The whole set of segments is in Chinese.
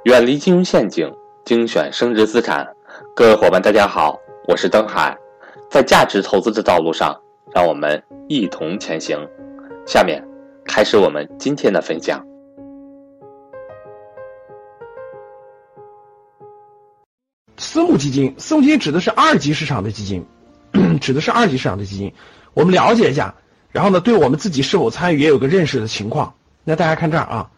远离金融陷阱，精选升值资产。各位伙伴大家好，我是登海。在价值投资的道路上，让我们一同前行。下面开始我们今天的分享。 私募基金指的是二级市场的基金，指的是二级市场的基金。我们了解一下，然后呢，对我们自己是否参与也有个认识的情况。那大家看这儿啊，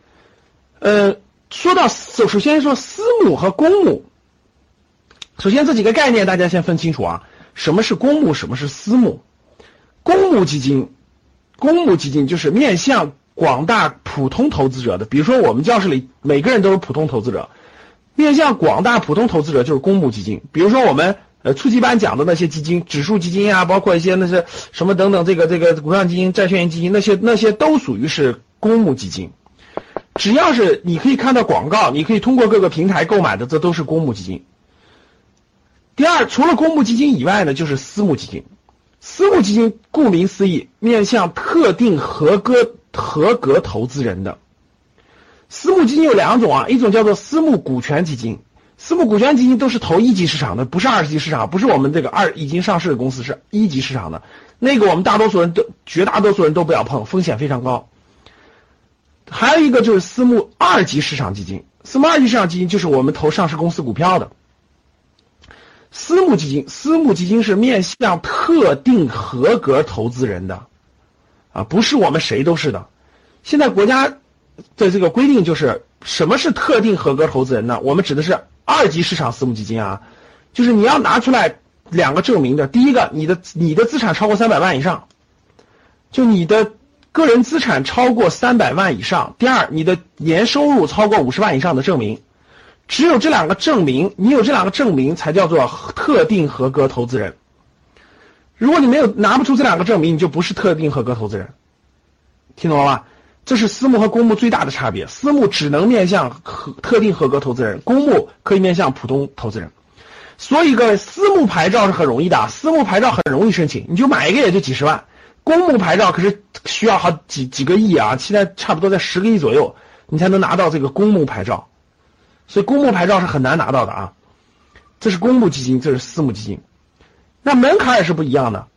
首先说私募和公募，首先这几个概念大家先分清楚啊，什么是公募，什么是私募。公募基金就是面向广大普通投资者的，比如说我们教室里每个人都是普通投资者，面向广大普通投资者就是公募基金。比如说我们初级班讲的那些基金，指数基金啊，包括一些那些什么等等，这个股票基金、债券型基金，那些都属于是公募基金。只要是你可以看到广告，你可以通过各个平台购买的，这都是公募基金。第二，除了公募基金以外呢，就是私募基金。私募基金顾名思义，面向特定合格投资人的。私募基金有两种啊，一种叫做私募股权基金。私募股权基金都是投一级市场的，不是二级市场，不是我们这个已经上市的公司，是一级市场的。那个我们绝大多数人都不要碰，风险非常高。还有一个就是私募二级市场基金，私募二级市场基金就是我们投上市公司股票的。私募基金是面向特定合格投资人的啊，不是我们谁都是的。现在国家的这个规定就是什么是特定合格投资人呢？我们指的是二级市场私募基金啊，就是你要拿出来两个证明的。第一个，你的资产超过300万以上，就你的个人资产超过300万以上。第二，你的年收入超过50万以上的证明。只有这两个证明，你有这两个证明才叫做特定合格投资人。如果你拿不出这两个证明，你就不是特定合格投资人。听懂了吧？这是私募和公募最大的差别。私募只能面向特定合格投资人，公募可以面向普通投资人。所以各位，私募牌照是很容易的，私募牌照很容易申请，你就买一个也就几十万。公募牌照可是需要好几个亿啊，现在差不多在10个亿左右，你才能拿到这个公募牌照。所以公募牌照是很难拿到的啊。这是公募基金，这是私募基金。那门槛也是不一样的，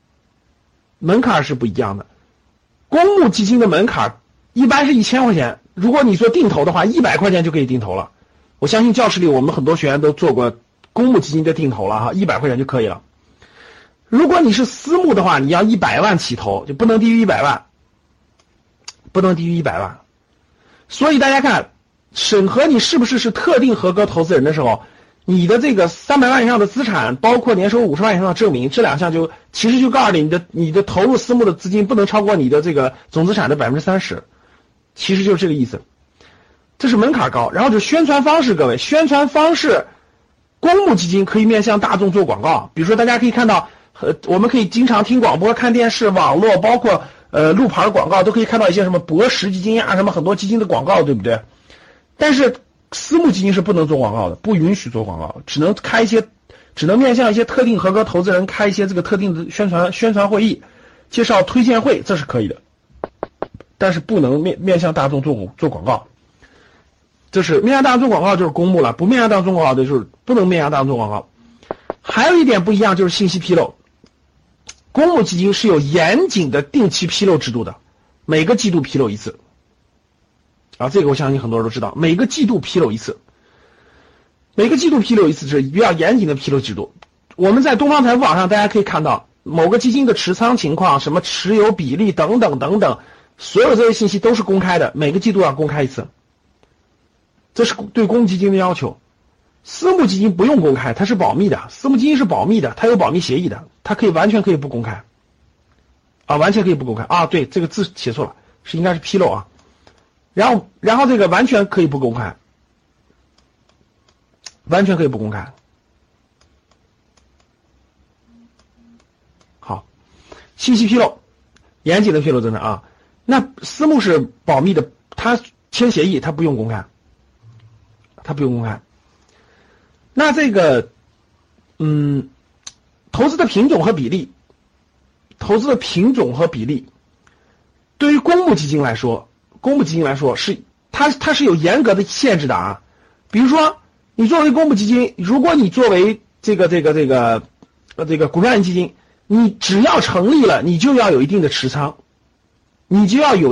公募基金的门槛一般是1000块钱，如果你做定投的话，100块钱就可以定投了。我相信教室里我们很多学员都做过公募基金的定投了哈，100块钱就可以了。如果你是私募的话，你要100万起投，就不能低于100万，所以大家看，审核你是不是特定合格投资人的时候，你的这个300万以上的资产，包括年收入50万以上的证明，这两项其实就告诉你的投入私募的资金不能超过你的这个总资产的30%，其实就是这个意思。这是门槛高。然后就宣传方式，各位，宣传方式，公募基金可以面向大众做广告，比如说大家可以看到，我们可以经常听广播、看电视、网络，包括路牌广告，都可以看到一些什么博时基金啊，什么很多基金的广告，对不对？但是私募基金是不能做广告的，不允许做广告，只能面向一些特定合格投资人开一些这个特定的宣传会议，介绍推荐会，这是可以的，但是不能面向大众做广告。这是面向大众做广告就是公募了，不面向大众做广告的就是不能面向大众做广告。还有一点不一样就是信息披露，公募基金是有严谨的定期披露制度的，每个季度披露一次。啊，这个我相信很多人都知道，每个季度披露一次是比较严谨的披露制度。我们在东方财富网上大家可以看到某个基金的持仓情况、什么持有比例等等，所有这些信息都是公开的，每个季度要公开一次，这是对公募基金的要求。私募基金不用公开，它是保密的，私募基金是保密的，它有保密协议的，它完全可以不公开啊，完全可以不公开啊，对，这个字写错了，应该是披露啊。然后这个完全可以不公开，好，信息披露，严谨的披露真的啊。那私募是保密的，他签协议，他不用公开。那这个，投资的品种和比例，对于公募基金来说是它是有严格的限制的啊。 比如说你作为公募基金，如果你作为这个股票型基金，你只要成立了，你就要有一定的持仓，你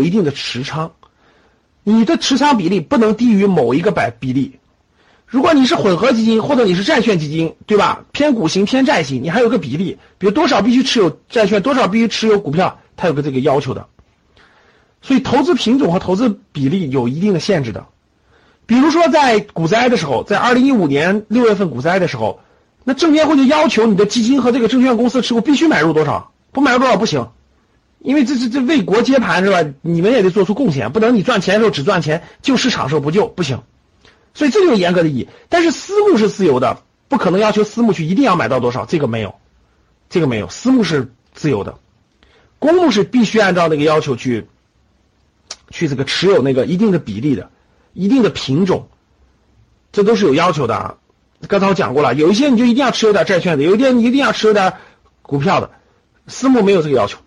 的持仓比例不能低于某一个比例。如果你是混合基金或者你是债券基金，对吧？偏股型偏债型，你还有个比例，比如多少必须持有债券，多少必须持有股票，它有个这个要求的。所以投资品种和投资比例有一定的限制的。比如说在股灾的时候，在2015年6月份股灾的时候，那证监会就要求你的基金和这个证券公司持股必须买入多少，不买入多少不行，因为这为国接盘是吧？你们也得做出贡献，不能你赚钱的时候只赚钱，救市场的时候不救，不行。所以这就有严格的意义。但是私募是自由的，不可能要求私募去一定要买到多少，这个没有，私募是自由的，公募是必须按照那个要求去这个持有那个一定的比例的，一定的品种，这都是有要求的啊。刚才我讲过了，有一些你就一定要持有点债券的，有一些你一定要持有点股票的，私募没有这个要求，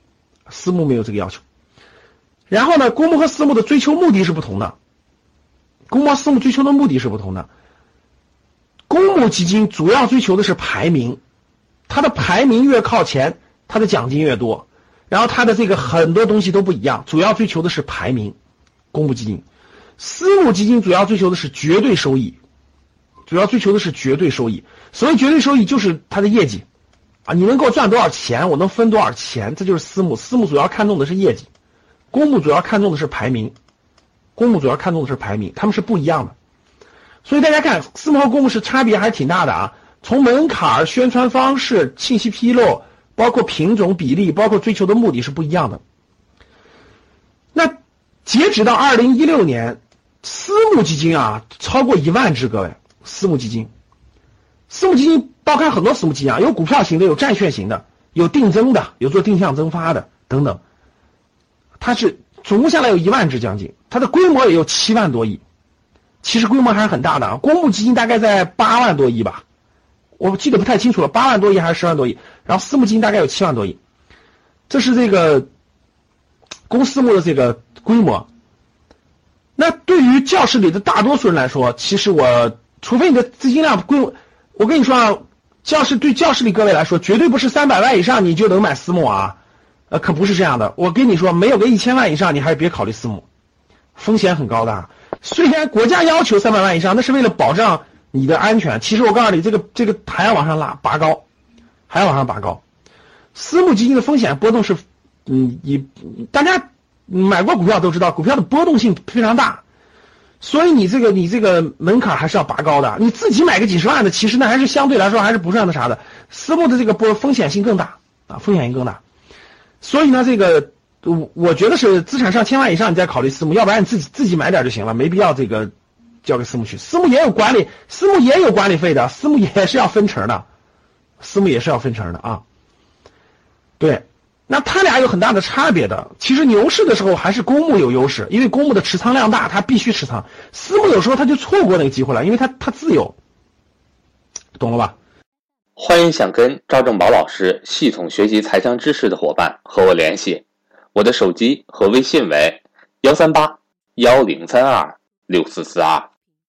然后呢，公募和私募的追求目的是不同的，公募和私募追求的目的是不同的。公募基金主要追求的是排名，它的排名越靠前，它的奖金越多，然后它的这个很多东西都不一样，主要追求的是排名。公募基金，私募基金主要追求的是绝对收益，所谓绝对收益就是它的业绩啊，你能给我赚多少钱，我能分多少钱，这就是私募。私募主要看重的是业绩，公募主要看重的是排名，他们是不一样的。所以大家看，私募和公募是差别还是挺大的啊。从门槛、宣传方式、信息披露，包括品种比例，包括追求的目的是不一样的。那截止到2016年，私募基金啊超过1万只，各位，私募基金包括很多私募基金啊，有股票型的，有债券型的，有定增的，有做定向增发的等等。它是总共下来有1万只将近，它的规模也有7万多亿，其实规模还是很大的啊。公募基金大概在8万多亿吧，我记得不太清楚了，8万多亿还是10万多亿，然后私募基金大概有7万多亿，这是这个公私募的这个规模。那对于教室里的大多数人来说，其实除非你的资金量规模，我跟你说啊，对教室里各位来说，绝对不是300万以上你就能买私募啊，可不是这样的。我跟你说，没有个1000万以上，你还是别考虑私募，风险很高的。虽然国家要求300万以上，那是为了保障你的安全，其实我告诉你，这个还要往上拔高。私募基金的风险波动是，大家买过股票都知道，股票的波动性非常大，所以你这个门槛还是要拔高的。你自己买个几十万的，其实那还是相对来说还是不算的啥的。私募的这个风险性更大啊，所以呢，我觉得是资产上1000万以上你再考虑私募，要不然你自己买点就行了，没必要这个交给私募去。私募也有管理费的，私募也是要分成的啊。对，那它俩有很大的差别的。其实牛市的时候还是公募有优势，因为公募的持仓量大，它必须持仓。私募有时候它就错过那个机会了，因为它自由，懂了吧？ 欢迎想跟赵正宝老师系统学习财商知识的伙伴和我联系，我的手机和微信为13810326442。